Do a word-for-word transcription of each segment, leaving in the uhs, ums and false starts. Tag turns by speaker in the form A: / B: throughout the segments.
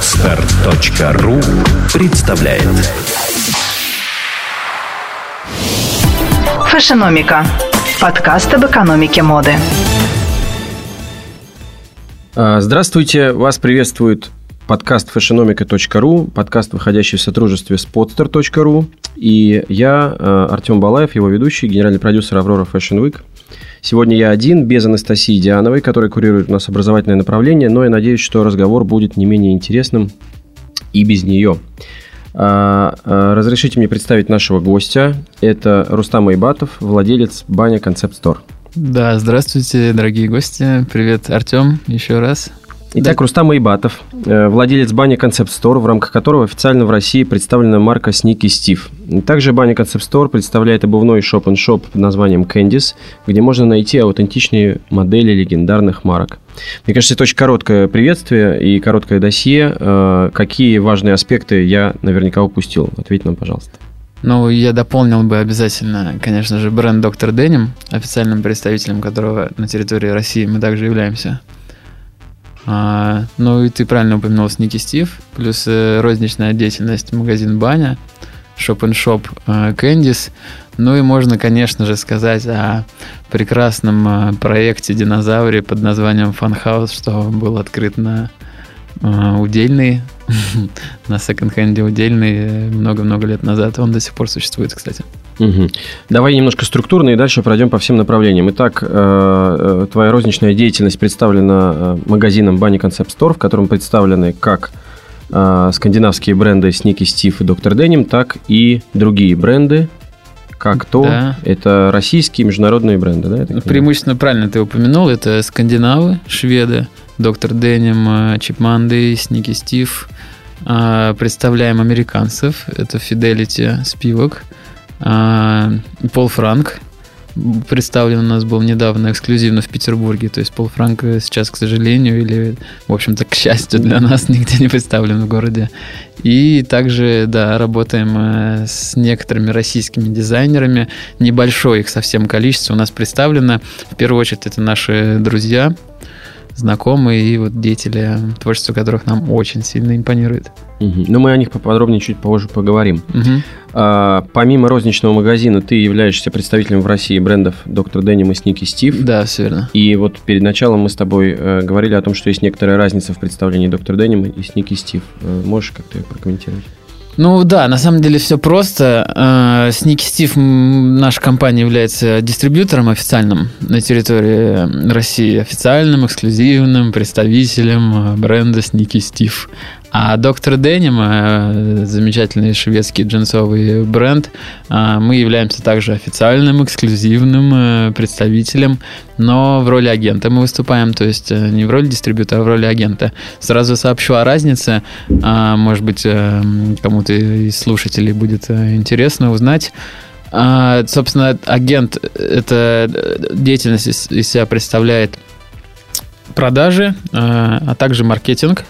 A: Подстер точка ру представляет
B: Фэшономика. Подкаст об экономике моды.
C: Здравствуйте, вас приветствует подкаст фэшономика точка ру, подкаст, выходящий в сотрудничестве с подстер точка ру. И я, Артем Балаев, его ведущий, генеральный продюсер Аврора Fashion Week. Сегодня я один, без Анастасии Диановой, которая курирует у нас образовательное направление, но я надеюсь, что разговор будет не менее интересным и без нее. Разрешите мне представить нашего гостя. Это Рустам Айбатов, владелец Баня Concept Store.
D: Да, здравствуйте, дорогие гости. Привет, Артем, еще раз.
C: Итак, да. Рустам Айбатов, владелец Баня Concept Store, в рамках которого официально в России представлена марка Sneaky Steve. Также Баня Concept Store представляет обувной шоп-н-шоп под названием Candies, где можно найти аутентичные модели легендарных марок. Мне кажется, это очень короткое приветствие и короткое досье. Какие важные аспекты я наверняка упустил? Ответь нам, пожалуйста.
D: Ну, я дополнил бы обязательно, конечно же, бренд доктор Denim, официальным представителем которого на территории России мы также являемся. А, ну и ты правильно упомянул Sneaky Steve, плюс э, розничная деятельность магазин Баня, шоп-н-шоп э, Candies. Ну и можно, конечно же, сказать о прекрасном э, проекте динозавре под названием Fun House, что был открыт на э, Удельной, на секонд-хенде Удельной много-много лет назад. Он до сих пор существует, кстати.
C: Угу. Давай немножко структурно и дальше пройдем по всем направлениям. Итак, твоя розничная деятельность представлена магазином Баня Concept Store, в котором представлены как скандинавские бренды Sneaky Steve и доктор Denim, так и другие бренды. Как то, да. Это российские международные бренды, да?
D: Преимущественно правильно ты упомянул. Это скандинавы, шведы, доктор Denim, Cheap Monday, Sneaky Steve. Представляем американцев. Это Fidelity, Spivak. Пол Франк представлен у нас был недавно эксклюзивно в Петербурге. То есть Пол Франк сейчас, к сожалению, или, в общем-то, к счастью для нас, нигде не представлен в городе. И также, да, работаем с некоторыми российскими дизайнерами. Небольшое их совсем количество у нас представлено. В первую очередь, это наши друзья, знакомые и вот деятели, творчество которых нам очень сильно импонирует.
C: Угу. Но мы о них поподробнее чуть позже поговорим.
D: Угу.
C: А, помимо розничного магазина, ты являешься представителем в России брендов доктор Denim и Sneaky Steve.
D: Да, все верно.
C: И вот перед началом мы с тобой э, говорили о том, что есть некоторая разница в представлении доктор Denim и Sneaky Steve. Э, можешь как-то ее прокомментировать?
D: Ну да, на самом деле все просто. Sneaky Steve, наша компания, является дистрибьютором официальным на территории России, официальным, эксклюзивным представителем бренда Sneaky Steve. А доктор Denim, замечательный шведский джинсовый бренд, мы являемся также официальным, эксклюзивным представителем, но в роли агента мы выступаем, то есть не в роли дистрибьютора, а в роли агента. Сразу сообщу о разнице, может быть, кому-то из слушателей будет интересно узнать. Собственно, агент – это деятельность из себя представляет продажи, а также маркетинг.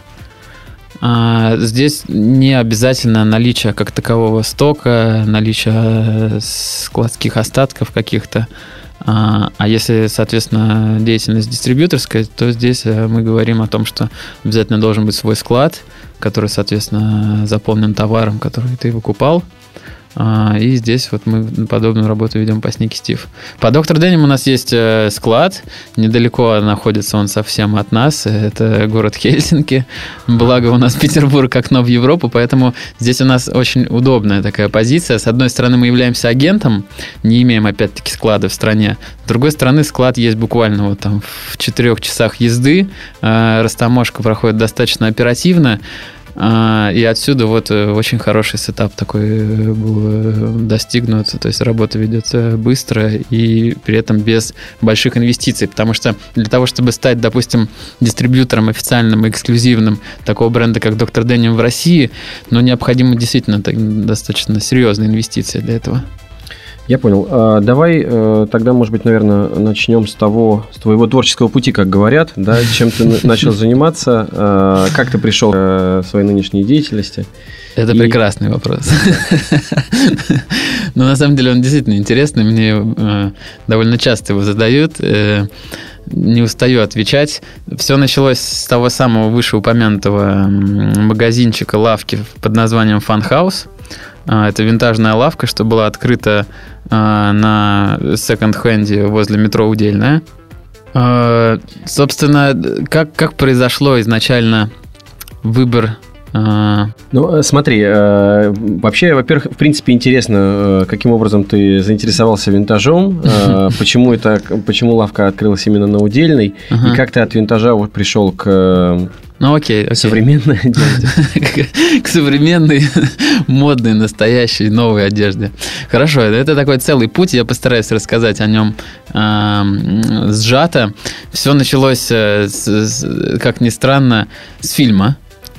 D: Здесь не обязательно наличие как такового стока, наличие складских остатков каких-то. А если, соответственно, деятельность дистрибьюторская, то здесь мы говорим о том, что обязательно должен быть свой склад, который, соответственно, заполнен товаром, который ты выкупал. И здесь вот мы подобную работу ведем по Sneaky Steve. По доктор Denim у нас есть склад. Недалеко находится он совсем от нас. Это город Хельсинки. Благо у нас Петербург окно в Европу, поэтому здесь у нас очень удобная такая позиция. С одной стороны, мы являемся агентом, не имеем опять-таки склада в стране. С другой стороны, склад есть буквально вот там в четырех часах езды. Растаможка проходит достаточно оперативно. И отсюда вот очень хороший сетап такой был достигнут. То есть работа ведется быстро и при этом без больших инвестиций. Потому что для того, чтобы стать, допустим, дистрибьютором официальным и эксклюзивным такого бренда, как доктор Denim в России, ну, необходимо действительно достаточно серьезные инвестиции для этого.
C: Я понял. Давай тогда, может быть, наверное, начнем с того, с твоего творческого пути, как говорят, да, чем ты начал заниматься, как ты пришел к своей нынешней деятельности.
D: Это и... прекрасный вопрос. Но на самом деле он действительно интересный, мне довольно часто его задают. не устаю отвечать. Все началось с того самого вышеупомянутого магазинчика, лавки под названием Fun House. Это винтажная лавка, что была открыта на секонд-хенде возле метро Удельная. Собственно, как, как произошло изначально выбор?
C: Ну, смотри, вообще, во-первых, в принципе, интересно, каким образом ты заинтересовался винтажом, почему, это, почему лавка открылась именно на Удельной, uh-huh. и как ты от винтажа пришел к...
D: Ну, окей, окей.
C: Современной одежде.
D: К современной, модной, настоящей, новой одежде. Хорошо, это такой целый путь, я постараюсь рассказать о нем э, сжато. Все началось, с, с, как ни странно, с фильма.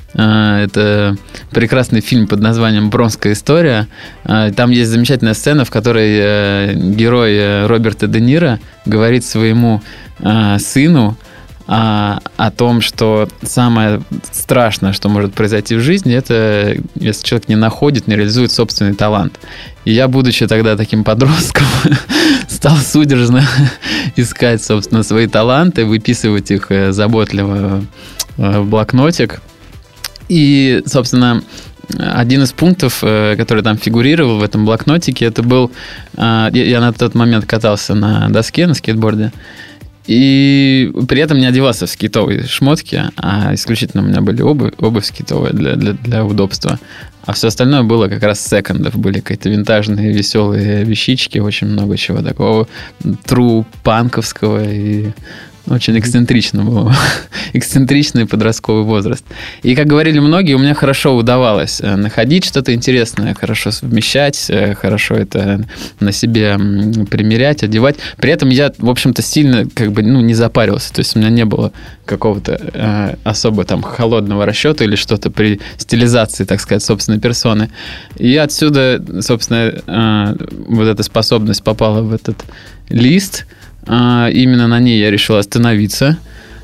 D: Это прекрасный фильм под названием «Бронская история». Там есть замечательная сцена, в которой герой Роберта Де Ниро говорит своему сыну о, о том, что самое страшное, что может произойти в жизни, это если человек не находит, не реализует собственный талант. И я, будучи тогда таким подростком, стал судорожно искать, собственно, свои таланты, выписывать их заботливо в блокнотик. И, собственно, один из пунктов, который там фигурировал в этом блокнотике, это был... Я на тот момент катался на доске, на скейтборде, и при этом не одевался в скейтовые шмотки, а исключительно у меня были обувь, обувь скейтовая для, для, для удобства. А все остальное было как раз секондов. Были какие-то винтажные, веселые вещички, очень много чего такого тру панковского и... Очень эксцентрично было. Эксцентричный подростковый возраст. И, как говорили многие, у меня хорошо удавалось находить что-то интересное, хорошо совмещать, хорошо это на себе примерять, одевать. При этом я, в общем-то, сильно как бы, ну, не запарился. То есть у меня не было какого-то э, особо там холодного расчета или что-то при стилизации, так сказать, собственной персоны. И отсюда, собственно, э, вот эта способность попала в этот лист. Именно на ней я решил остановиться.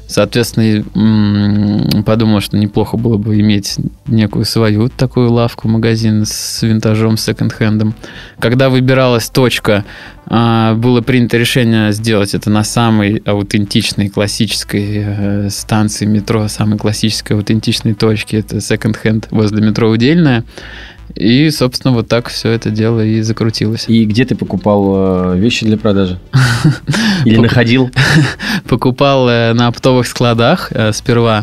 D: Соответственно, подумал, что неплохо было бы иметь некую свою такую лавку, магазин с винтажом, с секонд-хендом. Когда выбиралась точка, было принято решение сделать это на самой аутентичной классической станции метро, самой классической аутентичной точке. Это секонд-хенд возле метро Удельная. И, собственно, вот так все это дело и закрутилось.
C: И где ты покупал вещи для продажи? Или находил?
D: Покупал на оптовых складах сперва.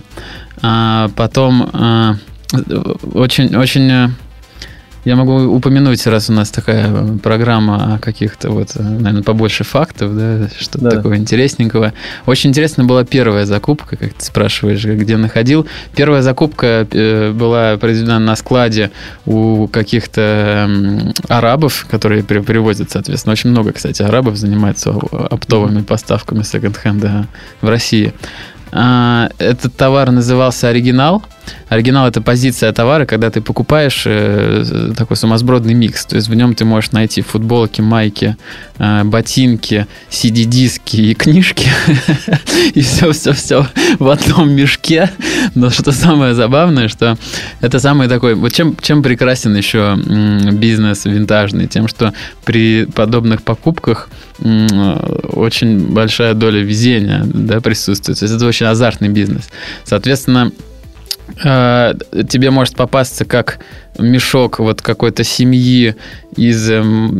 D: Потом очень, очень... Я могу упомянуть, раз у нас такая программа о каких-то, вот, наверное, побольше фактов, да, что-то да. такого интересненького. Очень интересна была первая закупка, как ты спрашиваешь, где находил. Первая закупка была произведена на складе у каких-то арабов, которые привозят, соответственно. Очень много, кстати, арабов занимаются оптовыми поставками секонд-хенда в России. Этот товар назывался «Оригинал». Оригинал – это позиция товара, когда ты покупаешь э, такой сумасбродный микс. То есть в нем ты можешь найти футболки, майки, э, ботинки, си ди-диски и книжки. И все-все-все в одном мешке. Но что самое забавное, что это самый такой... Вот чем, чем прекрасен еще бизнес винтажный? Тем, что при подобных покупках очень большая доля везения, да, присутствует. То есть это очень азартный бизнес. Соответственно, тебе может попасться как мешок вот какой-то семьи из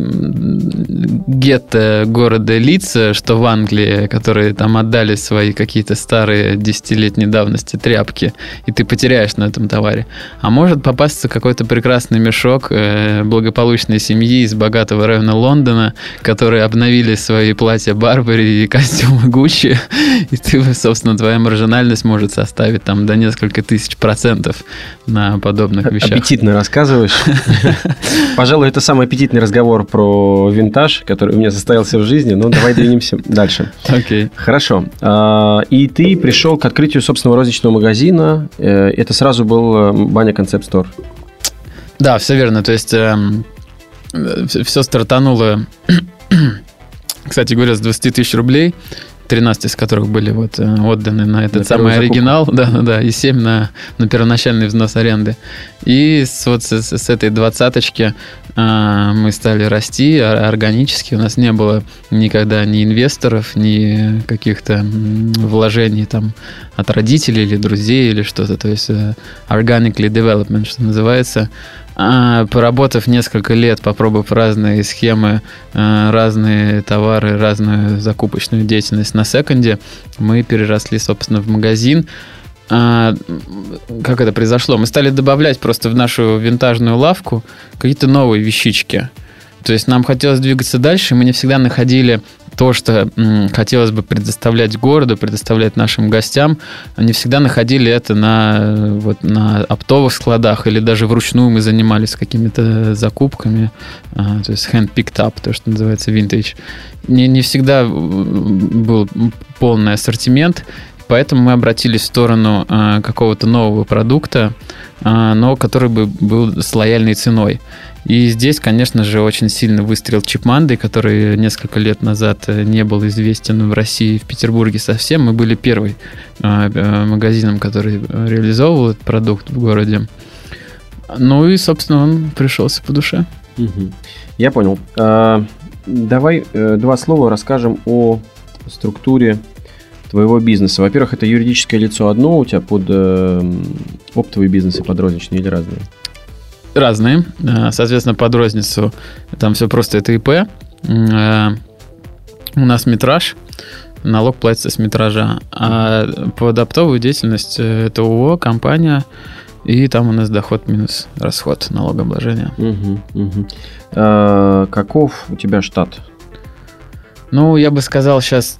D: гетто города Лидса, что в Англии, которые там отдали свои какие-то старые десятилетней давности тряпки, и ты потеряешь на этом товаре. А может попасться какой-то прекрасный мешок благополучной семьи из богатого района Лондона, которые обновили свои платья Барбари и костюмы Гуччи, и ты, собственно, твоя маржинальность может составить там до несколько тысяч процентов на подобных вещах.
C: Аппетитно рассказываешь. Пожалуй, это самый аппетитный разговор про винтаж, который у меня состоялся в жизни. Ну, давай двинемся дальше.
D: Окей.
C: Хорошо. И ты пришел к открытию собственного розничного магазина. Это сразу был Баня Концепт Стор.
D: Да, все верно. То есть все стартануло, кстати говоря, с двадцать тысяч рублей. тринадцать из которых были вот отданы на этот на самый оригинал, да, да, и семь на, на первоначальный взнос аренды. И с, вот с, с этой двадцаточки э, мы стали расти органически. У нас не было никогда ни инвесторов, ни каких-то вложений там от родителей или друзей или что-то. То есть uh, organically development, что называется. А, поработав несколько лет, попробовав разные схемы, разные товары, разную закупочную деятельность на секонде, мы переросли, собственно, в магазин. А, как это произошло? Мы стали добавлять просто в нашу винтажную лавку какие-то новые вещички. То есть нам хотелось двигаться дальше, и мы не всегда находили то, что м, хотелось бы предоставлять городу, предоставлять нашим гостям. Не всегда находили это на, вот, на оптовых складах, или даже вручную мы занимались какими-то закупками, а, то есть hand-picked up, то, что называется vintage. Не, не всегда был полный ассортимент, поэтому мы обратились в сторону а, какого-то нового продукта, а, но который бы был с лояльной ценой. И здесь, конечно же, очень сильно выстрелил Чипмандэй, который несколько лет назад не был известен в России, в Петербурге совсем. Мы были первым магазином, который реализовывал этот продукт в городе. Ну и, собственно, он пришелся по душе.
C: Угу. Я понял. А, давай два слова расскажем о структуре твоего бизнеса. Во-первых, это юридическое лицо одно у тебя под э, оптовый бизнес и под розничный или разные?
D: Разные. Соответственно, под розницу там все просто, это ИП. У нас метраж, налог платится с метража. А под оптовую деятельность это ООО, компания, и там у нас доход минус расход налогообложения. Угу, угу.
C: А, каков у тебя штат?
D: Ну, я бы сказал сейчас...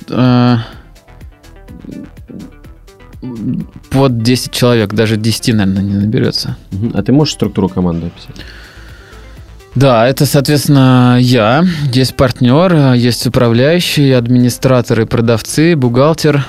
D: под десять человек, даже десять, наверное, не наберется.
C: А ты можешь структуру команды описать?
D: Да, это, соответственно, я, есть партнер, есть управляющий, администраторы, продавцы, бухгалтер.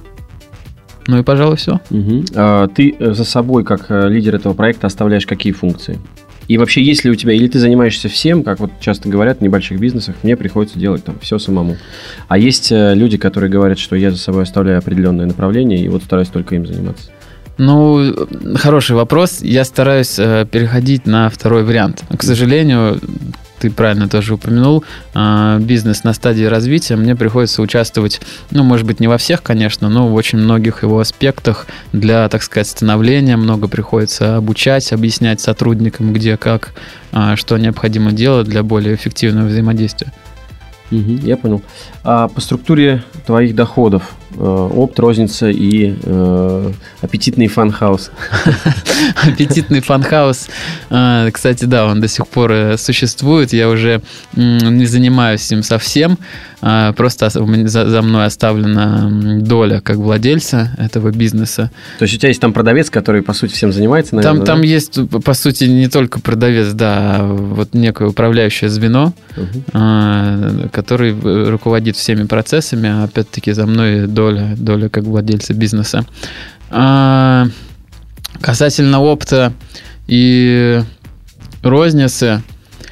D: Ну и, пожалуй, все.
C: Угу. А ты за собой, как лидер этого проекта, оставляешь какие функции? И вообще, есть ли у тебя, или ты занимаешься всем, как вот часто говорят в небольших бизнесах, мне приходится делать там все самому. А есть люди, которые говорят, что я за собой оставляю определенное направление и вот стараюсь только им заниматься.
D: Ну, хороший вопрос. Я стараюсь э, переходить на второй вариант. К сожалению, ты правильно тоже упомянул, э, бизнес на стадии развития. Мне приходится участвовать, ну, может быть, не во всех, конечно, но в очень многих его аспектах для, так сказать, становления. Много приходится обучать, объяснять сотрудникам, где, как, э, что необходимо делать для более эффективного взаимодействия.
C: Угу, я понял. А по структуре твоих доходов, э, опт, розница и э, аппетитный фан-хаус.
D: Аппетитный фан-хаус. Кстати, да, он до сих пор существует. Я уже не занимаюсь им совсем. Просто за мной оставлена доля как владельца этого бизнеса.
C: То есть у тебя есть там продавец, который, по сути, всем занимается, наверное,
D: Там,
C: да?
D: там есть, по сути, не только продавец, да, а вот некое управляющее звено, угу. который руководит всеми процессами. Опять-таки, за мной доля, доля как владельца бизнеса. А, касательно опта и розницы,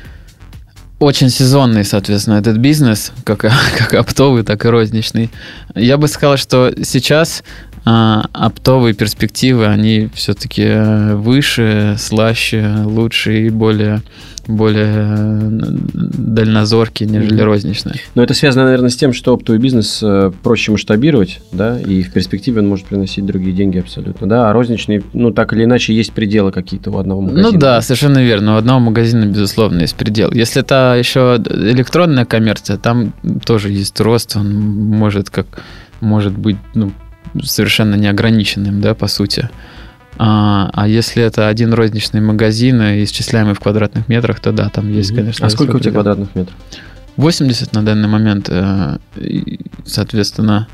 D: очень сезонный, соответственно, этот бизнес, как, как оптовый, так и розничный. Я бы сказал, что сейчас а, оптовые перспективы, они все-таки выше, слаще, лучше и более, более дальнозоркие, нежели mm-hmm. розничные.
C: Но это связано, наверное, с тем, что оптовый бизнес проще масштабировать, да, и в перспективе он может приносить другие деньги абсолютно, да, а розничный, ну, так или иначе, есть пределы какие-то у одного магазина.
D: Ну да, совершенно верно, у одного магазина, безусловно, есть предел. Если это еще электронная коммерция, там тоже есть рост, он может, как, может быть, ну, совершенно неограниченным, да, по сути. А, а если это один розничный магазин, исчисляемый в квадратных метрах, то да, там есть, конечно...
C: А сколько у тебя квадратных метров?
D: восемьдесят на данный момент. Соответственно,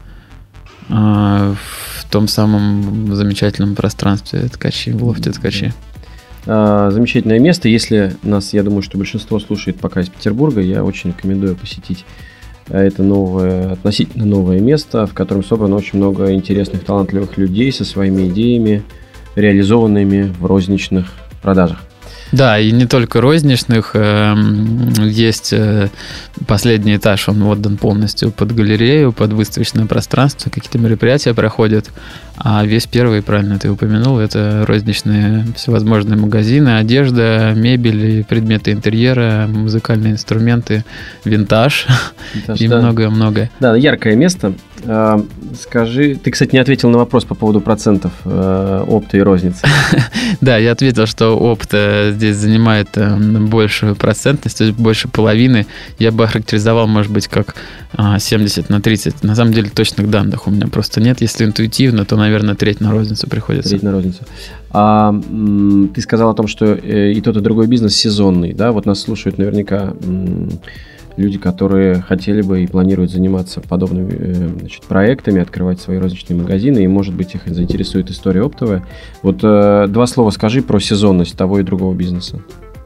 D: в том самом замечательном пространстве ткачи, в лофте ткачи.
C: Замечательное место. Если нас, я думаю, что большинство слушает пока из Петербурга, я очень рекомендую посетить это новое, относительно новое место, в котором собрано очень много интересных, талантливых людей со своими идеями, реализованными в розничных продажах.
D: Да, и не только розничных. Есть последний этаж, он отдан полностью под галерею, под выставочное пространство, какие-то мероприятия проходят. А весь первый, правильно ты упомянул, это розничные всевозможные магазины, одежда, мебель и предметы интерьера, музыкальные инструменты, винтаж, винтаж и многое-многое.
C: Да. да, яркое место. Скажи, ты, кстати, не ответил на вопрос по поводу процентов опта и розницы.
D: Да, я ответил, что опт здесь занимает большую процентность, то есть больше половины. Я бы охарактеризовал, может быть, как семьдесят на тридцать. На самом деле точных данных у меня просто нет. Если интуитивно, то, наверное, треть на розницу приходится.
C: Треть на розницу. А, м, ты сказал о том, что и тот, и другой бизнес сезонный, да? Вот нас слушают наверняка м, люди, которые хотели бы и планируют заниматься подобными, значит, проектами, открывать свои розничные магазины, и, может быть, их заинтересует история оптовая. Вот э, два слова скажи про сезонность того и другого бизнеса.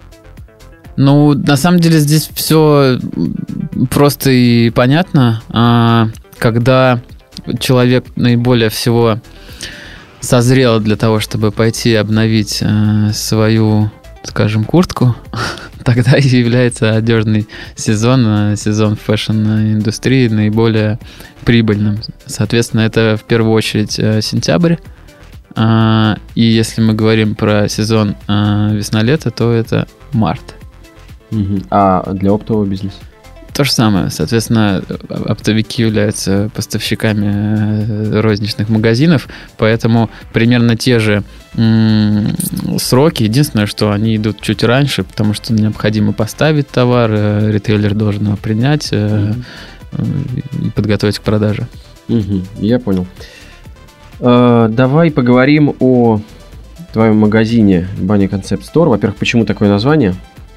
D: Ну, на самом деле здесь все просто и понятно. Когда человек наиболее всего созрел для того, чтобы пойти обновить свою, скажем, куртку, тогда и является одежный сезон, сезон фэшн-индустрии наиболее прибыльным. Соответственно, это в первую очередь сентябрь. И если мы говорим про сезон весна-лето, то это март.
C: Угу. А для оптового бизнеса?
D: То же самое. Соответственно, оптовики являются поставщиками розничных магазинов, поэтому примерно те же м- сроки. Единственное, что они идут чуть раньше, потому что необходимо поставить товар, ритейлер должен его принять mm-hmm. и подготовить к продаже.
C: Mm-hmm. Я понял. А, давай поговорим о твоем магазине Bunny Concept Store. Во-первых, почему такое название?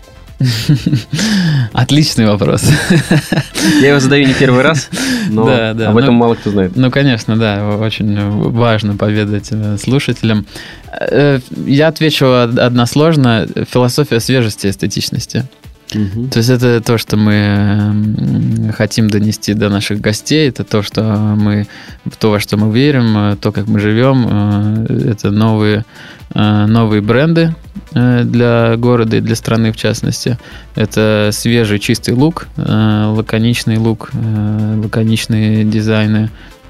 D: Отличный вопрос.
C: Я его задаю не первый раз, но да, да. об этом ну, мало кто знает.
D: Ну, конечно, да, очень важно поведать слушателям. Я отвечу односложно. Философия свежести и эстетичности. Угу. То есть это то, что мы хотим донести до наших гостей, это то, что мы, то, во что мы верим, то, как мы живем. Это новые, новые бренды для города и для страны в частности. Это свежий, чистый лук, лаконичный лук, лаконичные дизайны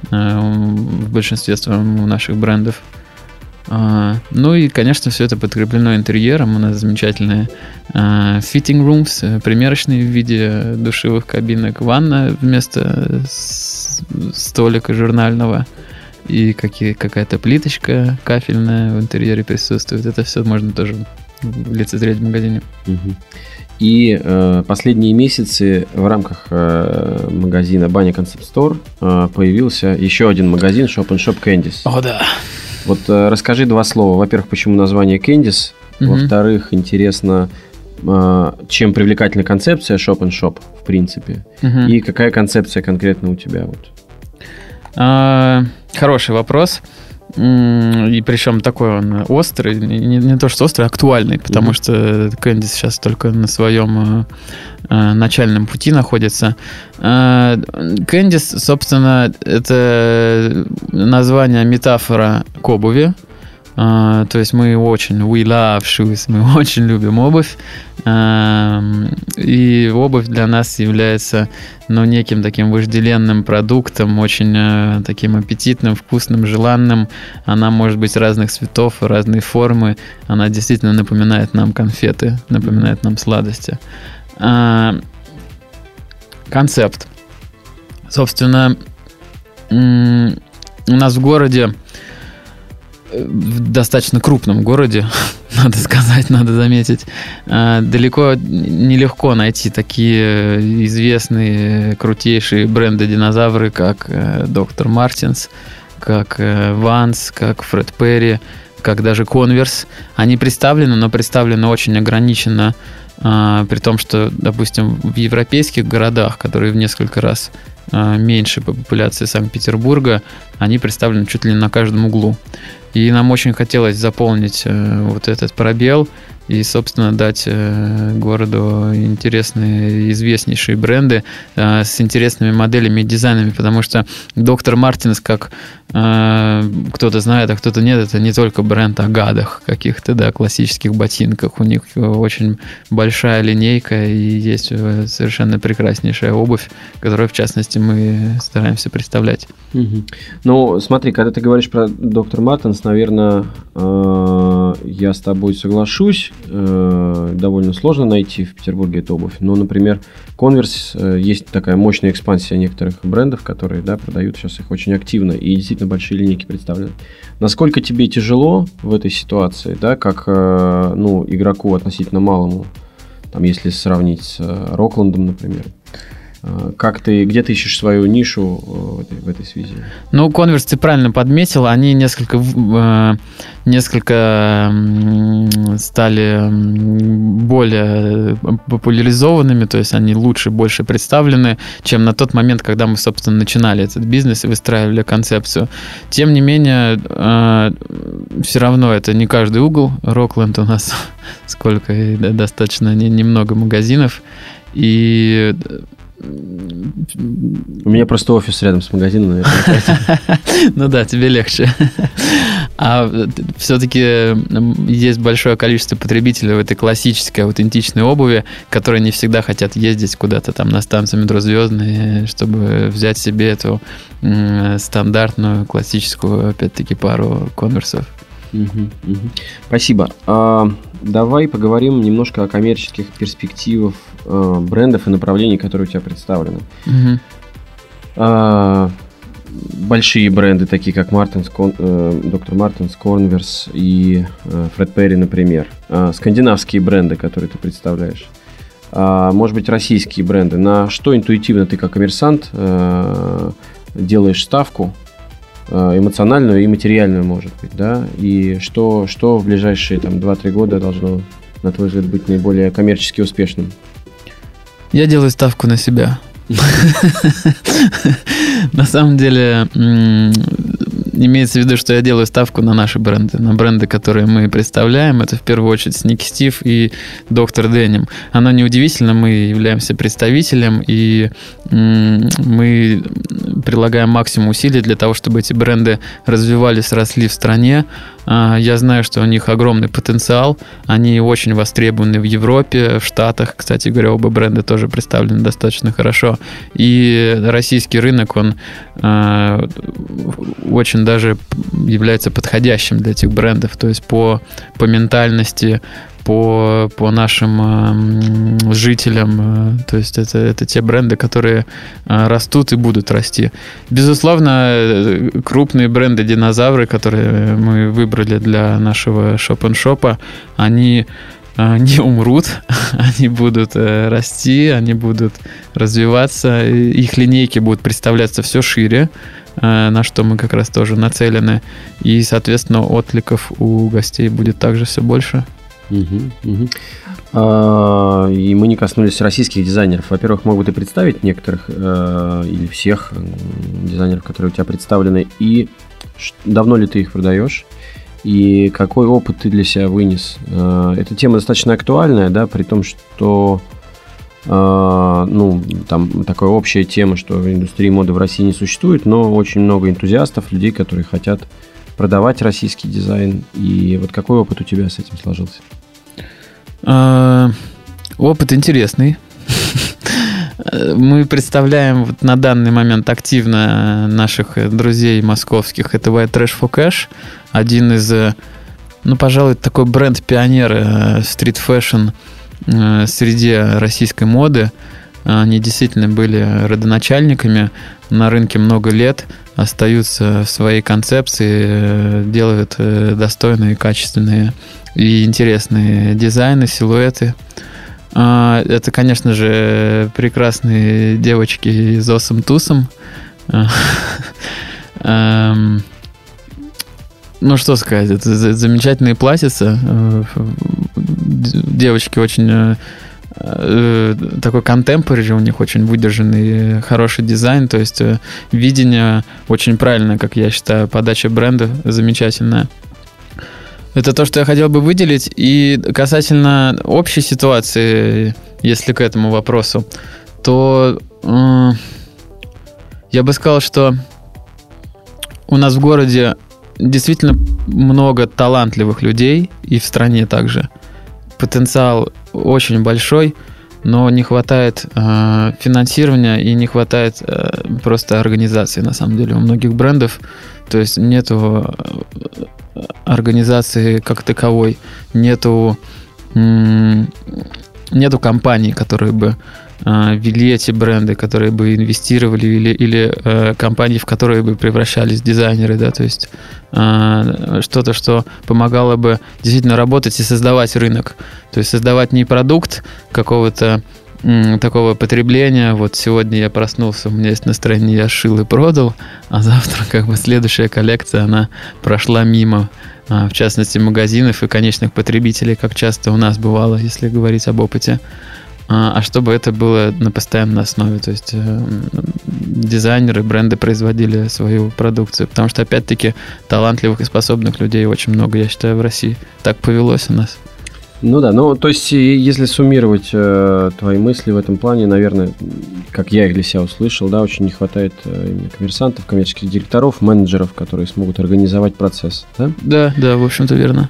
D: в большинстве своем наших брендов. Ну и, конечно, все это подкреплено интерьером. У нас замечательные fitting rooms, примерочные в виде душевых кабинок, ванна вместо столика журнального и какая-то плиточка кафельная в интерьере присутствует. Это все можно тоже лицезреть в магазине.
C: Угу. И э, последние месяцы в рамках э, магазина Bunny Concept Store э, появился еще один магазин Shop and Shop Candice.
D: О, да.
C: Вот э, расскажи два слова. Во-первых, почему название Candice? Угу. Во-вторых, интересно, э, чем привлекательна концепция Shop and Shop, в принципе. Угу. И какая концепция конкретно у тебя? Вот.
D: А, хороший вопрос. И причем такой он острый, не, не то что острый, а актуальный, потому mm-hmm. что Candice сейчас только на своем э, начальном пути находится. Э, Candice, собственно, это название, метафора к обуви. Uh, то есть мы очень, we love shoes, мы очень любим обувь, uh, и обувь для нас является, ну, неким таким вожделенным продуктом, очень uh, таким аппетитным, вкусным, желанным. Она может быть разных цветов, разной формы, она действительно напоминает нам конфеты, напоминает нам сладости. Uh, концепт. Собственно, um, у нас в городе, в достаточно крупном городе, надо сказать, надо заметить, далеко нелегко найти такие известные, крутейшие бренды-динозавры, как доктор Мартинс, как Ванс, как Фред Перри, как даже Converse. Они представлены, но представлены очень ограниченно, при том, что, допустим, в европейских городах, которые в несколько раз меньше по популяции Санкт-Петербурга, они представлены чуть ли не на каждом углу. И нам очень хотелось заполнить э, вот этот пробел и, собственно, дать городу интересные, известнейшие бренды с интересными моделями и дизайнами, потому что доктор Мартинс, как кто-то знает, а кто-то нет, это не только бренд о гадах каких-то, да, классических ботинках. У них очень большая линейка и есть совершенно прекраснейшая обувь, которую, в частности, мы стараемся представлять.
C: Угу. Ну, смотри, когда ты говоришь про доктор Мартинс, наверное, я с тобой соглашусь. Довольно сложно найти в Петербурге эту обувь. Но, например, Converse, есть такая мощная экспансия некоторых брендов, которые, да, продают сейчас их очень активно, и действительно большие линейки представлены. Насколько тебе тяжело в этой ситуации, да, как, ну, игроку относительно малому, там, если сравнить с Рокландом, например? Как ты, где ты ищешь свою нишу в этой, в этой связи?
D: Ну, Converse ты правильно подметил, они несколько, несколько стали более популяризованными, то есть они лучше, больше представлены, чем на тот момент, когда мы, собственно, начинали этот бизнес и выстраивали концепцию. Тем не менее, все равно это не каждый угол. Rockland у нас сколько, достаточно немного магазинов, и
C: у меня просто офис рядом с магазином, наверное.
D: Ну да, тебе легче. А все-таки есть большое количество потребителей в этой классической аутентичной обуви, которые не всегда хотят ездить куда-то там на станцию метро Звездная, чтобы взять себе эту стандартную классическую, опять-таки, пару конверсов.
C: Угу, угу. Спасибо. А, давай поговорим немножко о коммерческих перспективах а, брендов и направлений, которые у тебя представлены.
D: Угу.
C: А, большие бренды, такие как Мартинс, э, доктор Мартинс, Converse и э, Фред Перри, например. А, скандинавские бренды, которые ты представляешь. А, может быть, российские бренды. На что интуитивно ты, как коммерсант, э, делаешь ставку? Эмоциональную и материальную, может быть, да, и что, что в ближайшие там два-три года должно, на твой взгляд, быть наиболее коммерчески успешным?
D: Я делаю ставку на себя. На самом деле, имеется в виду, что я делаю ставку на наши бренды, на бренды, которые мы представляем. Это в первую очередь Sneaky Steve и доктор Denim. Оно неудивительно, мы являемся представителем, и мы прилагаем максимум усилий для того, чтобы эти бренды развивались, росли в стране. Я знаю, что у них огромный потенциал. Они очень востребованы в Европе, в Штатах. Кстати говоря, оба бренда тоже представлены достаточно хорошо. И российский рынок, он э, очень даже является подходящим для этих брендов. То есть по, по ментальности, по, по нашим э, жителям. То есть это, это те бренды, которые э, растут и будут расти. Безусловно, крупные бренды динозавры, которые мы выбрали для нашего шоп-н-шопа, они э, не умрут, они будут э, расти, они будут развиваться, их линейки будут представляться все шире, э, на что мы как раз тоже нацелены, и, соответственно, откликов у гостей будет также все больше.
C: Угу, угу. А, и мы не коснулись российских дизайнеров. Во-первых, мог бы ты представить некоторых э, или всех дизайнеров, которые у тебя представлены, и ш- давно ли ты их продаешь, и какой опыт ты для себя вынес? Э, эта тема достаточно актуальная, да, при том, что э, ну, там такая общая тема, что в индустрии моды в России не существует, но очень много энтузиастов, людей, которые хотят продавать российский дизайн. И вот какой опыт у тебя с этим сложился?
D: Опыт интересный. Мы представляем вот на данный момент активно наших друзей московских. Это White Trash for Cash. Один из, ну, пожалуй, такой бренд-пионер стрит-фэшн среди российской моды. Они действительно были родоначальниками. На рынке много лет, остаются в своей концепции, делают достойные, качественные и интересные дизайны, силуэты. Это, конечно же, прекрасные девочки из Awesome Tucson. Ну, что сказать, это замечательные платьица. Девочки очень... такой контемпорари, у них очень выдержанный, хороший дизайн, то есть видение очень правильное, как я считаю, подача бренда замечательная. Это то, что я хотел бы выделить. И касательно общей ситуации, если к этому вопросу, то э, я бы сказал, что у нас в городе действительно много талантливых людей, и в стране также. Потенциал очень большой, но не хватает э, финансирования и не хватает э, просто организации, на самом деле, у многих брендов. То есть нету организации как таковой, нету, нету компаний, которые бы э, вели эти бренды, которые бы инвестировали, или, или э, компаний, в которые бы превращались дизайнеры, да, то есть э, что-то, что помогало бы действительно работать и создавать рынок, то есть создавать не продукт какого-то такого потребления. Вот сегодня я проснулся, у меня есть настроение, я шил и продал, а завтра как бы следующая коллекция, она прошла мимо, в частности, магазинов и конечных потребителей, как часто у нас бывало, если говорить об опыте. А чтобы это было на постоянной основе, то есть дизайнеры, бренды производили свою продукцию, потому что, опять-таки, талантливых и способных людей очень много, я считаю, в России. Так повелось у нас.
C: Ну да, ну то есть если суммировать э, твои мысли в этом плане, наверное, как я их для себя услышал, да, очень не хватает э, именно коммерсантов, коммерческих директоров, менеджеров, которые смогут организовать процесс, да?
D: Да, да, в общем-то верно.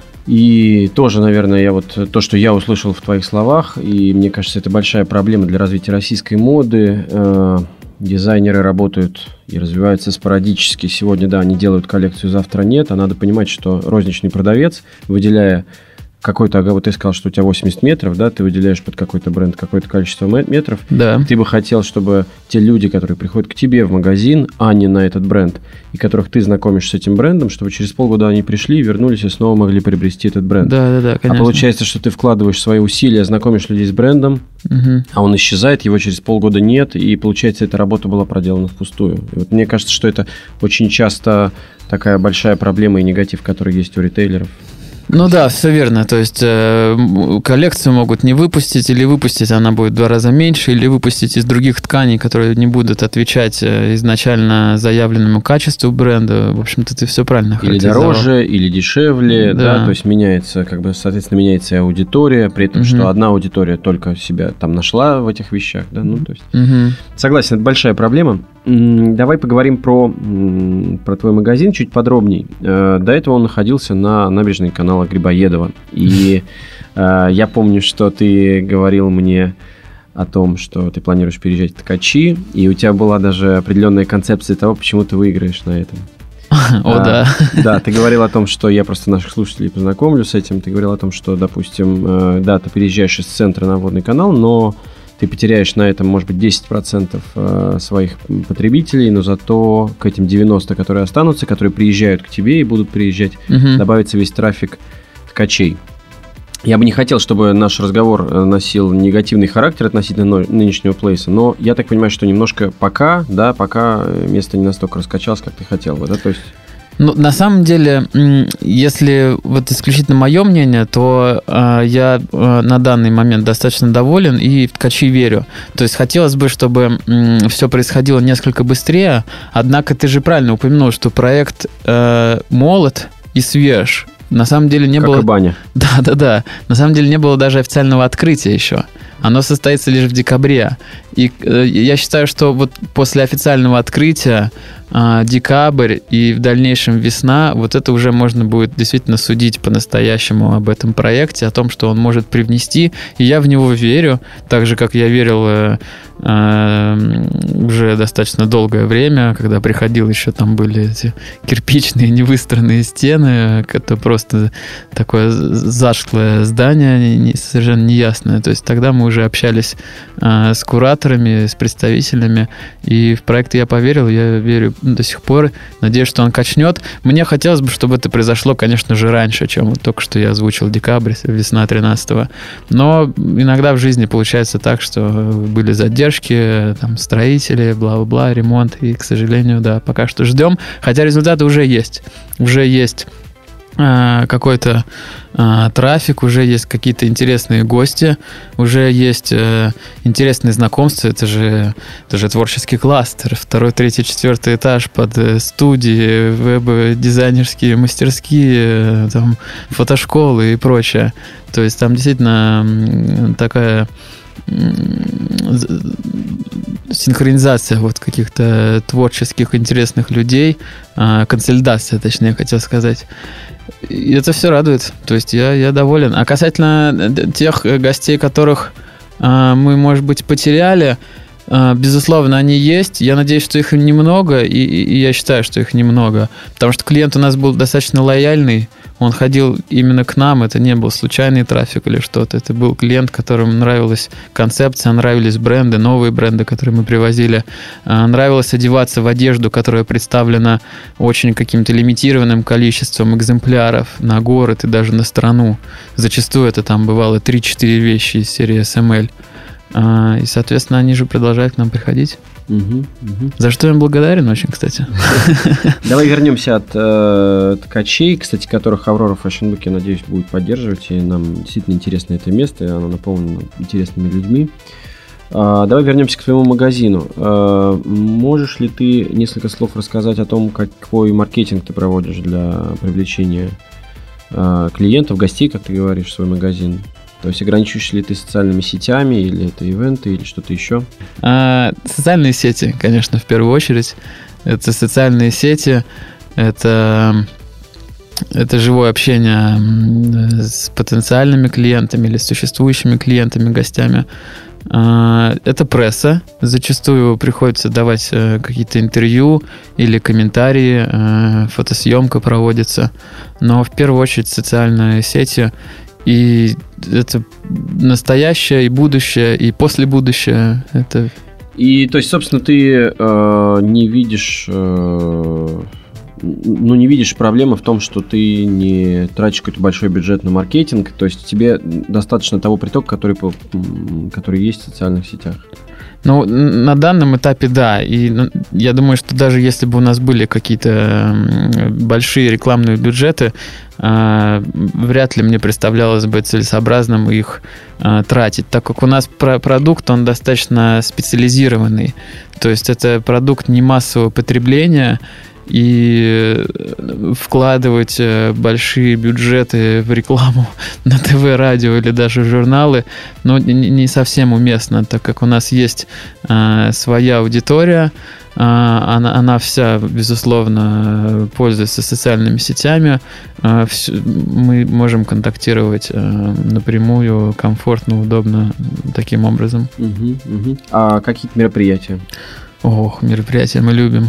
C: И тоже, наверное, я вот то, что я услышал в твоих словах, и мне кажется, это большая проблема для развития российской моды. Э, дизайнеры работают и развиваются спорадически. Сегодня, да, они делают коллекцию, завтра нет, а надо понимать, что розничный продавец, выделяя какой-то, ага, вот ты сказал, что у тебя восемьдесят метров, да, ты выделяешь под какой-то бренд какое-то количество метров.
D: Да.
C: Ты бы хотел, чтобы те люди, которые приходят к тебе в магазин, а не на этот бренд, и которых ты знакомишь с этим брендом, чтобы через полгода они пришли, вернулись и снова могли приобрести этот бренд.
D: Да, да, да, конечно.
C: А получается, что ты вкладываешь свои усилия, знакомишь людей с брендом, угу. а он исчезает, его через полгода нет, и получается, эта работа была проделана впустую. И вот мне кажется, что это очень часто такая большая проблема и негатив, который есть у ритейлеров.
D: Ну да, все верно. То есть э, коллекцию могут не выпустить, или выпустить она будет в два раза меньше, или выпустить из других тканей, которые не будут отвечать изначально заявленному качеству бренда. В общем-то, ты все правильно характеризовал.
C: Или дороже, или дешевле, да. да, то есть меняется, как бы, соответственно, меняется и аудитория, при этом, угу. что одна аудитория только себя там нашла в этих вещах, да, ну, то есть.
D: Угу.
C: Согласен, это большая проблема. Давай поговорим про, про твой магазин чуть подробней. До этого он находился на набережной канала Грибоедова. И э, я помню, что ты говорил мне о том, что ты планируешь переезжать в Ткачи, и у тебя была даже определенная концепция того, почему ты выиграешь на этом.
D: О, да.
C: Да, ты говорил о том, что я просто наших слушателей познакомлю с этим. Ты говорил о том, что, допустим, э, да, ты переезжаешь из центра на водный канал, но ты потеряешь на этом, может быть, десять процентов своих потребителей, но зато к этим девяноста, которые останутся, которые приезжают к тебе и будут приезжать, угу. добавится весь трафик ткачей. Я бы не хотел, чтобы наш разговор носил негативный характер относительно нынешнего плейса, но я так понимаю, что немножко пока, да, пока место не настолько раскачалось, как ты хотел бы, да, то есть...
D: Ну, на самом деле, если вот исключительно мое мнение, то э, я э, на данный момент достаточно доволен и в ткачи верю. То есть хотелось бы, чтобы э, все происходило несколько быстрее, однако ты же правильно упомянул, что проект э, молод и свеж. На самом деле не
C: как
D: было...
C: и баня.
D: Да-да-да. На самом деле не было даже официального открытия еще. Оно состоится лишь в декабре. И э, я считаю, что вот после официального открытия э, декабрь и в дальнейшем весна, вот это уже можно будет действительно судить по-настоящему об этом проекте, о том, что он может привнести. И я в него верю, так же, как я верил э, э, уже достаточно долгое время, когда приходил, еще там были эти кирпичные невыстроенные стены, это просто такое зашлое здание, не, совершенно неясное. То есть тогда мы уже общались э, с кураторами, с представителями, и в проект я поверил, я верю до сих пор, надеюсь, что он качнет. Мне хотелось бы, чтобы это произошло, конечно же, раньше, чем вот только что я озвучил декабрь, весна тринадцатого. Но иногда в жизни получается так, что были задержки, там, строители, бла-бла-бла, ремонт, и, к сожалению, да, пока что ждем, хотя результаты уже есть. Уже есть какой-то а, трафик, уже есть какие-то интересные гости, уже есть а, интересные знакомства. Это же, это же творческий кластер, второй, третий, четвертый этаж под студии, веб-дизайнерские мастерские, там, фотошколы и прочее. То есть там действительно такая синхронизация вот каких-то творческих интересных людей, консолидация, точнее, я хотел сказать. И это все радует. То есть я, я доволен. А касательно тех гостей, которых а, мы, может быть, потеряли, а, безусловно, они есть. Я надеюсь, что их немного, и, и я считаю, что их немного. Потому что клиент у нас был достаточно лояльный. Он ходил именно к нам. Это не был случайный трафик или что-то. Это был клиент, которому нравилась концепция, нравились бренды, новые бренды, которые мы привозили. Нравилось одеваться в одежду, которая представлена очень каким-то лимитированным количеством экземпляров на город и даже на страну. Зачастую это там бывало три-четыре вещи из серии эс эм эль. И, соответственно, они же продолжают к нам приходить. Угу, угу. За что я им благодарен очень, кстати.
C: Давай вернемся от э, ткачей, кстати, которых Аврора Fashion Week, я надеюсь, будет поддерживать. И нам действительно интересно это место, и оно наполнено интересными людьми. А, давай вернемся к твоему магазину. А, можешь ли ты несколько слов рассказать о том, какой маркетинг ты проводишь для привлечения а, клиентов, гостей, как ты говоришь, в свой магазин? То есть ограничиваешь ли ты социальными сетями, или это ивенты, или что-то еще?
D: А, социальные сети, конечно, в первую очередь. Это социальные сети, это, это живое общение с потенциальными клиентами или с существующими клиентами, гостями. А, это пресса. Зачастую приходится давать какие-то интервью или комментарии, фотосъемка проводится. Но в первую очередь социальные сети. И это настоящее, и будущее, и послебудущее. Это...
C: И, то есть, собственно, ты э, не видишь, э, ну, не видишь проблемы в том, что ты не тратишь какой-то большой бюджет на маркетинг. То есть, тебе достаточно того притока, который, который есть в социальных сетях.
D: Ну, на данном этапе, да. И я думаю, что даже если бы у нас были какие-то большие рекламные бюджеты, вряд ли мне представлялось бы целесообразным их тратить, так как у нас продукт, он достаточно специализированный. То есть это продукт не массового потребления, и вкладывать большие бюджеты в рекламу на ТВ, радио или даже журналы, ну, не совсем уместно, так как у нас есть э, своя аудитория, э, она, она вся, безусловно, пользуется социальными сетями, э, все, мы можем контактировать э, напрямую, комфортно, удобно, таким образом.
C: Угу, угу. А какие-то мероприятия?
D: Ох, мероприятия мы любим.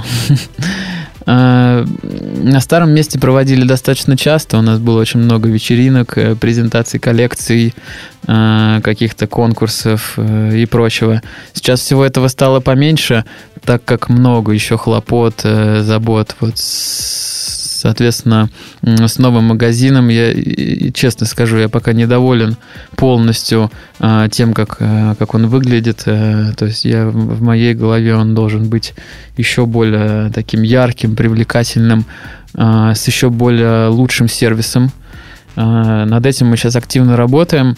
D: На старом месте проводили достаточно часто. У нас было очень много вечеринок, презентаций коллекций, каких-то конкурсов и прочего. Сейчас всего этого стало поменьше, так как много еще хлопот, забот. Вот, соответственно, с новым магазином, я честно скажу, я пока недоволен полностью тем, как, как он выглядит. То есть я, в моей голове он должен быть еще более таким ярким, привлекательным, с еще более лучшим сервисом. Над этим мы сейчас активно работаем,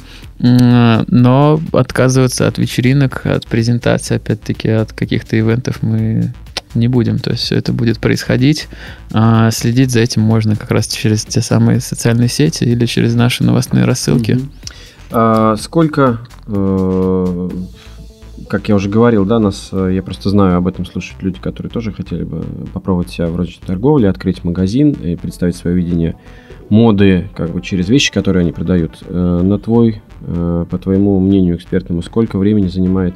D: но отказываться от вечеринок, от презентаций, опять-таки, от каких-то ивентов мы не будем. То есть все это будет происходить. Следить за этим можно как раз через те самые социальные сети или через наши новостные рассылки.
C: Mm-hmm. А сколько, э, как я уже говорил, да, нас, я просто знаю, об этом слушают люди, которые тоже хотели бы попробовать себя в розничной торговле, открыть магазин и представить свое видение моды как бы через вещи, которые они продают. Э, на твой, э, по твоему мнению экспертному, сколько времени занимает,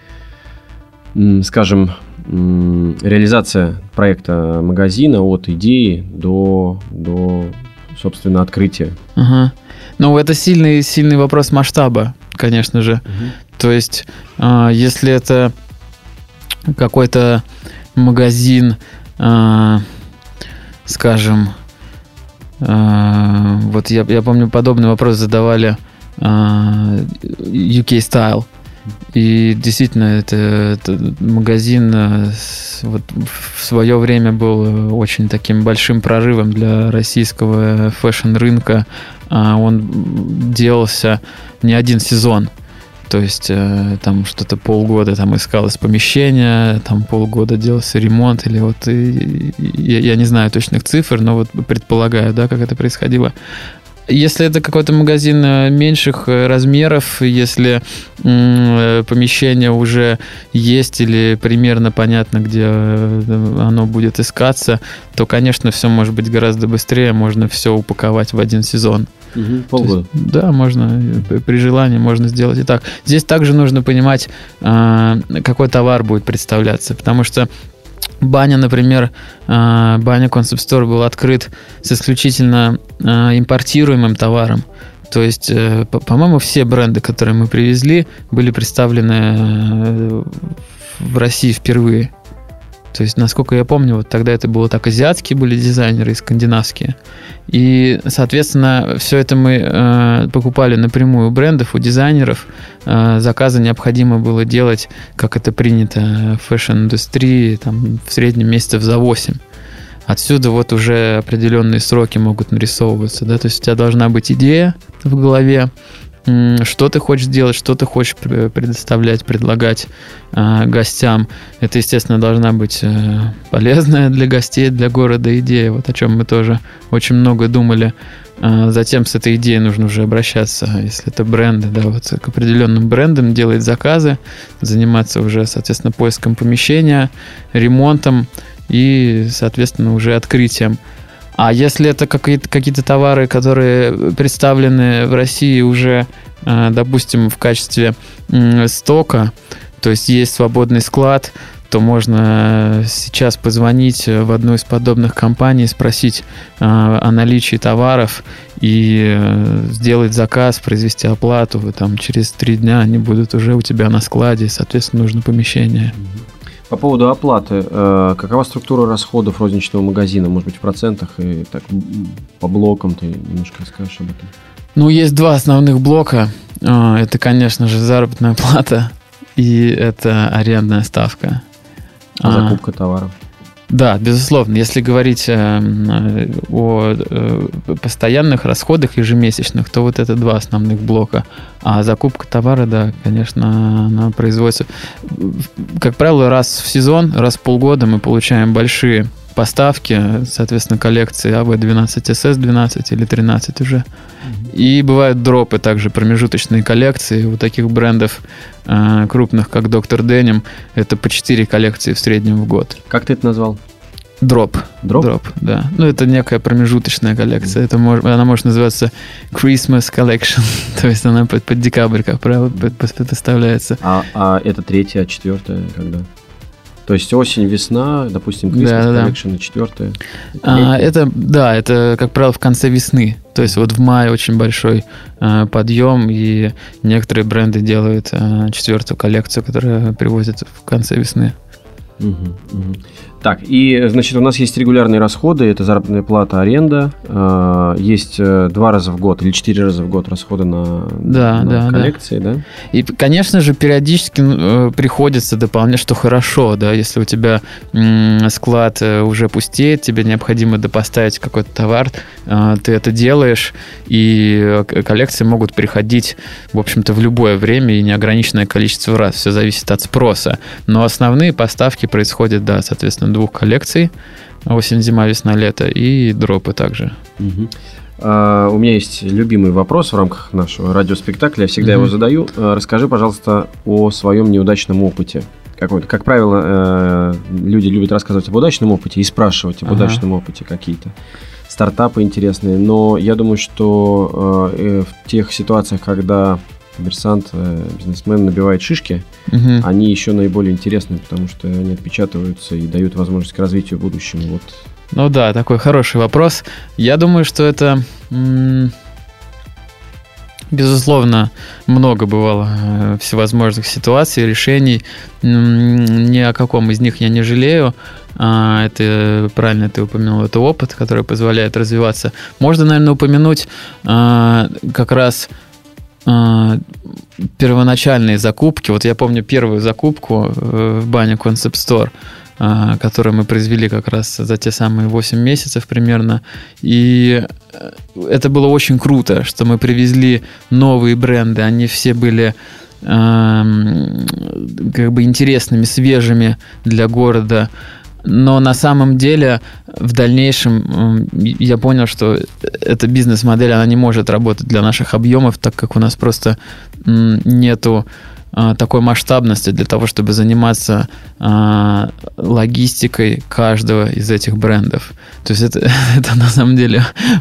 C: м, скажем, м, реализация проекта магазина от идеи до, до собственно, открытия?
D: Ага. Ну, это сильный, сильный вопрос масштаба, конечно же. Угу. То есть, э, если это какой-то магазин, э, скажем, вот я, я помню, подобный вопрос задавали uh, ю кей Style. И действительно, это, это магазин вот, в свое время был очень таким большим прорывом для российского фэшн-рынка. Он делался не один сезон. То есть там что-то полгода там искалось помещение, там полгода делался ремонт, или вот и, и, я не знаю точных цифр, но вот предполагаю, да, как это происходило. Если это какой-то магазин меньших размеров, если м, помещение уже есть или примерно понятно, где оно будет искаться, то, конечно, все может быть гораздо быстрее, можно все упаковать в один сезон.
C: Угу, полгода.
D: Есть, да, можно, при желании можно сделать и так. Здесь также нужно понимать, какой товар будет представляться, потому что баня, например, баня Concept Store был открыт с исключительно импортируемым товаром. То есть, по-моему, все бренды, которые мы привезли, были представлены в России впервые. То есть, насколько я помню, вот тогда это было так, азиатские были дизайнеры и скандинавские. И, соответственно, все это мы э, покупали напрямую у брендов, у дизайнеров. Э, заказы необходимо было делать, как это принято в фэшн-индустрии, там, в среднем месяцев за восемь. Отсюда вот уже определенные сроки могут нарисовываться. Да? То есть у тебя должна быть идея в голове, что ты хочешь делать, что ты хочешь предоставлять, предлагать э, гостям. Это, естественно, должна быть э, полезная для гостей, для города идея, вот о чем мы тоже очень много думали. Э, затем с этой идеей нужно уже обращаться, если это бренды, да, вот к определенным брендам, делать заказы, заниматься уже, соответственно, поиском помещения, ремонтом и, соответственно, уже открытием. А если это какие-то, какие-то товары, которые представлены в России уже, допустим, в качестве стока, то есть есть свободный склад, то можно сейчас позвонить в одну из подобных компаний, спросить о наличии товаров и сделать заказ, произвести оплату. Там, через три дня они будут уже у тебя на складе, соответственно, нужно помещение.
C: По поводу оплаты, э, какова структура расходов розничного магазина? Может быть, в процентах и так по блокам ты немножко расскажешь об этом?
D: Ну, есть два основных блока. Это, конечно же, заработная плата и это арендная ставка.
C: А закупка товаров?
D: Да, безусловно. Если говорить э, о э, постоянных расходах ежемесячных, то вот это два основных блока. А закупка товара, да, конечно, она производится, как правило, раз в сезон, раз в полгода мы получаем большие поставки, соответственно, коллекции эй ви двенадцать эс эс двенадцать или тринадцать уже. И бывают дропы также, промежуточные коллекции у таких брендов э, крупных, как доктор Деним. Это по четыре коллекции в среднем в год.
C: Как ты это назвал?
D: Дроп.
C: Дроп?
D: Дроп, да. Ну, это некая промежуточная коллекция. Это мож, она может называться Christmas Collection. То есть она под, под декабрь, как правило, поставляется.
C: А, а это третья, а четвертая когда? То есть осень, весна, допустим, Christmas
D: да,
C: Collection,
D: да.
C: и четвертая.
D: А, это, да, это, как правило, в конце весны. То есть вот в мае очень большой э, подъем, и некоторые бренды делают э, четвертую коллекцию, которая привозят в конце весны.
C: Угу, угу. Так, и, значит, у нас есть регулярные расходы, это заработная плата, аренда, э, есть э, два раза в год или четыре раза в год расходы на,
D: да,
C: на
D: да,
C: коллекции, да.
D: да? И, конечно же, периодически э, приходится дополнять, что хорошо, да, если у тебя м, склад уже пустеет, тебе необходимо допоставить какой-то товар, э, ты это делаешь, и коллекции могут приходить, в общем-то, в любое время и неограниченное количество раз, все зависит от спроса, но основные поставки происходят, да, соответственно, двух коллекций: осень, зима, весна, лето, и дропы также.
C: Угу. А, у меня есть любимый вопрос в рамках нашего радиоспектакля, я всегда угу. его задаю. А, расскажи, пожалуйста, о своем неудачном опыте. Какой-то. Как правило, э, люди любят рассказывать об удачном опыте и спрашивать об ага. удачном опыте какие-то стартапы интересные, но я думаю, что э, в тех ситуациях, когда коммерсант, бизнесмен набивает шишки, угу. они еще наиболее интересны, потому что они отпечатываются и дают возможность к развитию будущему. Вот.
D: Ну да, такой хороший вопрос. Я думаю, что это, м- безусловно, много бывало всевозможных ситуаций, решений. Ни о каком из них я не жалею. Это, правильно ты упомянул, это опыт, который позволяет развиваться. Можно, наверное, упомянуть как раз первоначальные закупки. Вот я помню первую закупку в бане Concept Store, которую мы произвели как раз за те самые восемь месяцев примерно. И это было очень круто, что мы привезли новые бренды. Они все были как бы интересными, свежими для города. Но на самом деле в дальнейшем я понял, что эта бизнес-модель, она не может работать для наших объемов, так как у нас просто нету такой масштабности для того, чтобы заниматься а, логистикой каждого из этих брендов. То есть это, это на самом деле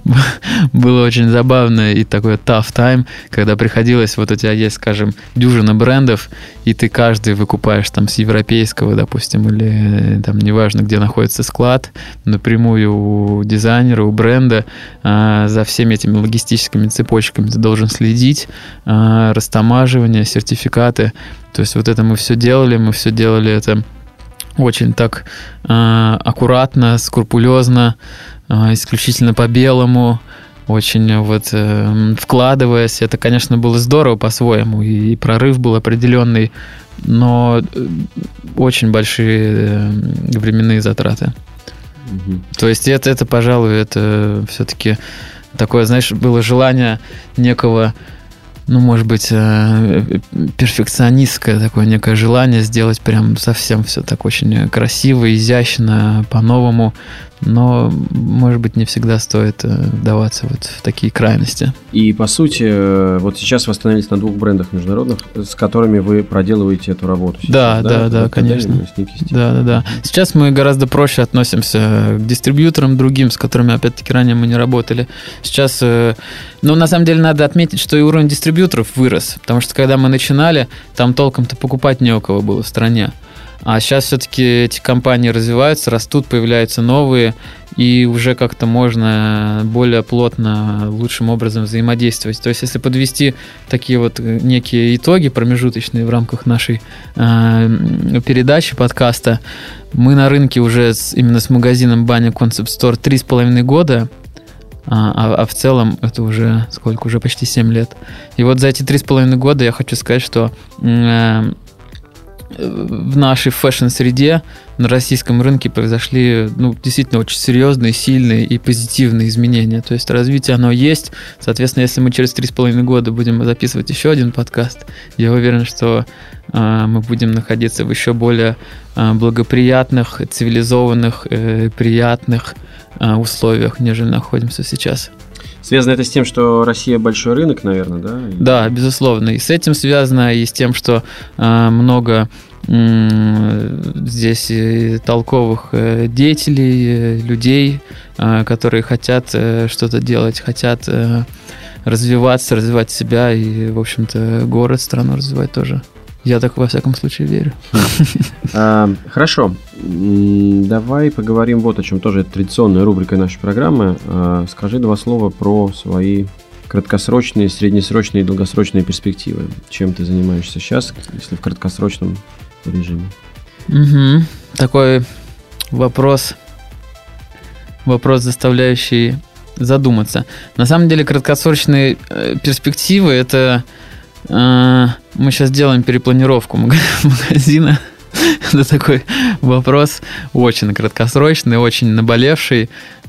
D: было очень забавно и такой tough time, когда приходилось, вот у тебя есть, скажем, дюжина брендов, и ты каждый выкупаешь там с европейского, допустим, или там неважно, где находится склад, напрямую у дизайнера, у бренда, а, за всеми этими логистическими цепочками ты должен следить, а, растамаживание, сертификаты. То есть вот это мы все делали, мы все делали это очень так э, аккуратно, скрупулезно, э, исключительно по-белому, очень вот э, вкладываясь. Это, конечно, было здорово по-своему, и, и прорыв был определенный, но очень большие э, временные затраты. Mm-hmm. То есть это, это, пожалуй, это все-таки такое, знаешь, было желание некого, ну, может быть, перфекционистское такое некое желание сделать прям совсем все так очень красиво, изящно, по-новому. Но, может быть, не всегда стоит вдаваться вот в такие крайности.
C: И, по сути, вот сейчас вы остановились на двух брендах международных, с которыми вы проделываете эту работу сейчас,
D: да, да, да, да, конечно. Да, да, да. Сейчас мы гораздо проще относимся к дистрибьюторам другим, с которыми, опять-таки, ранее мы не работали. Сейчас, ну, на самом деле, надо отметить, что и уровень дистрибьюторов вырос, потому что, когда мы начинали, там толком-то покупать не у кого было в стране. А сейчас все-таки эти компании развиваются, растут, появляются новые, и уже как-то можно более плотно, лучшим образом взаимодействовать. То есть, если подвести такие вот некие итоги промежуточные в рамках нашей э, передачи, подкаста, мы на рынке уже с, именно с магазином Баня Concept Store три с половиной года, а, а в целом это уже сколько? Уже почти семь лет. И вот за эти три с половиной года я хочу сказать, что э, в нашей фэшн-среде на российском рынке произошли, ну, действительно очень серьезные, сильные и позитивные изменения. То есть развитие оно есть. Соответственно, если мы через три с половиной года будем записывать еще один подкаст, я уверен, что э, мы будем находиться в еще более э, благоприятных, цивилизованных, э, приятных э, условиях, нежели находимся сейчас.
C: Связано это с тем, что Россия большой рынок, наверное, да?
D: Да, безусловно. И с этим связано, и с тем, что э, много э, здесь и толковых э, деятелей, э, людей, э, которые хотят э, что-то делать, хотят э, развиваться, развивать себя и, в общем-то, город, страну развивать тоже. Я так, во всяком случае, верю.
C: А, хорошо. Давай поговорим вот о чем. Тоже это традиционная рубрика нашей программы. А, скажи два слова про свои краткосрочные, среднесрочные и долгосрочные перспективы. Чем ты занимаешься сейчас, если в краткосрочном режиме?
D: Угу. Такой вопрос, вопрос, заставляющий задуматься. На самом деле, краткосрочные перспективы – это... Мы сейчас делаем перепланировку магазина. Это такой вопрос очень краткосрочный, очень наболевший.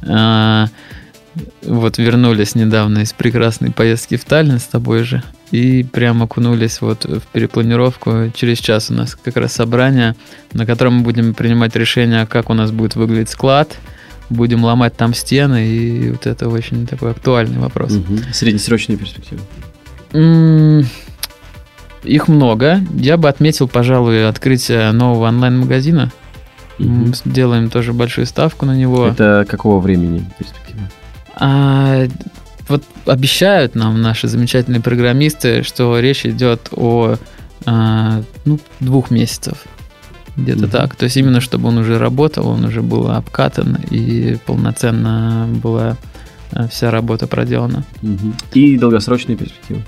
D: Вот вернулись недавно из прекрасной поездки в Таллин с тобой же и прям окунулись вот в перепланировку. Через час у нас как раз собрание, на котором мы будем принимать решение, как у нас будет выглядеть склад. Будем ломать там стены, и вот это очень такой актуальный вопрос.
C: Угу. Среднесрочные перспективы.
D: Их много. Я бы отметил, пожалуй, открытие нового онлайн-магазина. Угу. Мы делаем тоже большую ставку на него.
C: Это какого времени перспектива?
D: А, вот обещают нам наши замечательные программисты, что речь идет о а, ну, двух месяцев. Где-то угу. так. То есть именно, чтобы он уже работал, он уже был обкатан и полноценно была вся работа проделана.
C: Угу. И долгосрочные перспективы.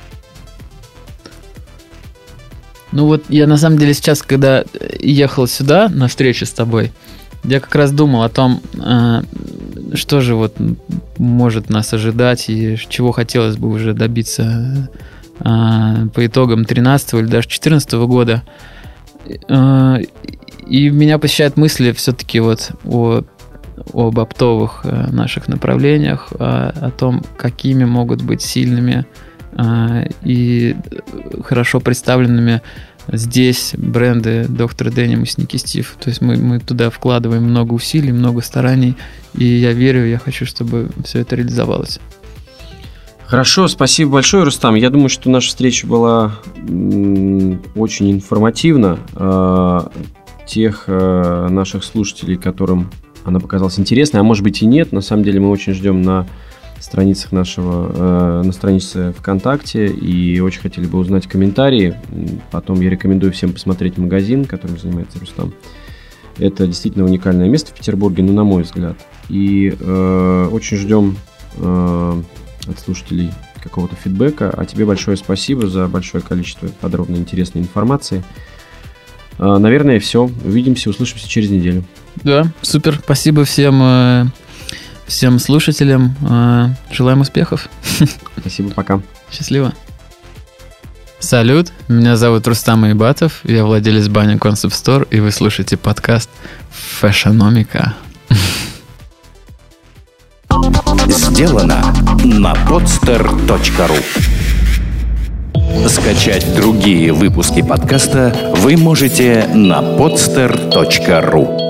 D: Ну вот я на самом деле сейчас, когда ехал сюда на встречу с тобой, я как раз думал о том, что же вот может нас ожидать и чего хотелось бы уже добиться по итогам тринадцатого или даже четырнадцатого года. И меня посещают мысли все-таки вот о, об оптовых наших направлениях, о, о том, какими могут быть сильными и хорошо представленными здесь бренды доктор Деним и Sneaky Steve. То есть мы, мы туда вкладываем много усилий, много стараний, и я верю, я хочу, чтобы все это реализовалось.
C: Хорошо, спасибо большое, Рустам. Я думаю, что наша встреча была м- очень информативна. Э- тех э- наших слушателей, которым она показалась интересной, а может быть и нет, на самом деле мы очень ждем на страницах нашего, э, на странице ВКонтакте и очень хотели бы узнать комментарии. Потом я рекомендую всем посмотреть магазин, которым занимается Рустам. Это действительно уникальное место в Петербурге, ну, на мой взгляд. И э, очень ждем э, от слушателей какого-то фидбэка. А тебе большое спасибо за большое количество подробной интересной информации. Э, наверное, все. Увидимся, услышимся через неделю.
D: Да, супер. Спасибо всем, всем слушателям. Желаем успехов.
C: Спасибо, пока.
D: Счастливо. Салют, меня зовут Рустам Айбатов, я владелец Banya Concept Store, и вы слушаете подкаст Фэшономика.
A: Сделано на подстер точка ру. Скачать другие выпуски подкаста вы можете на подстер точка ру.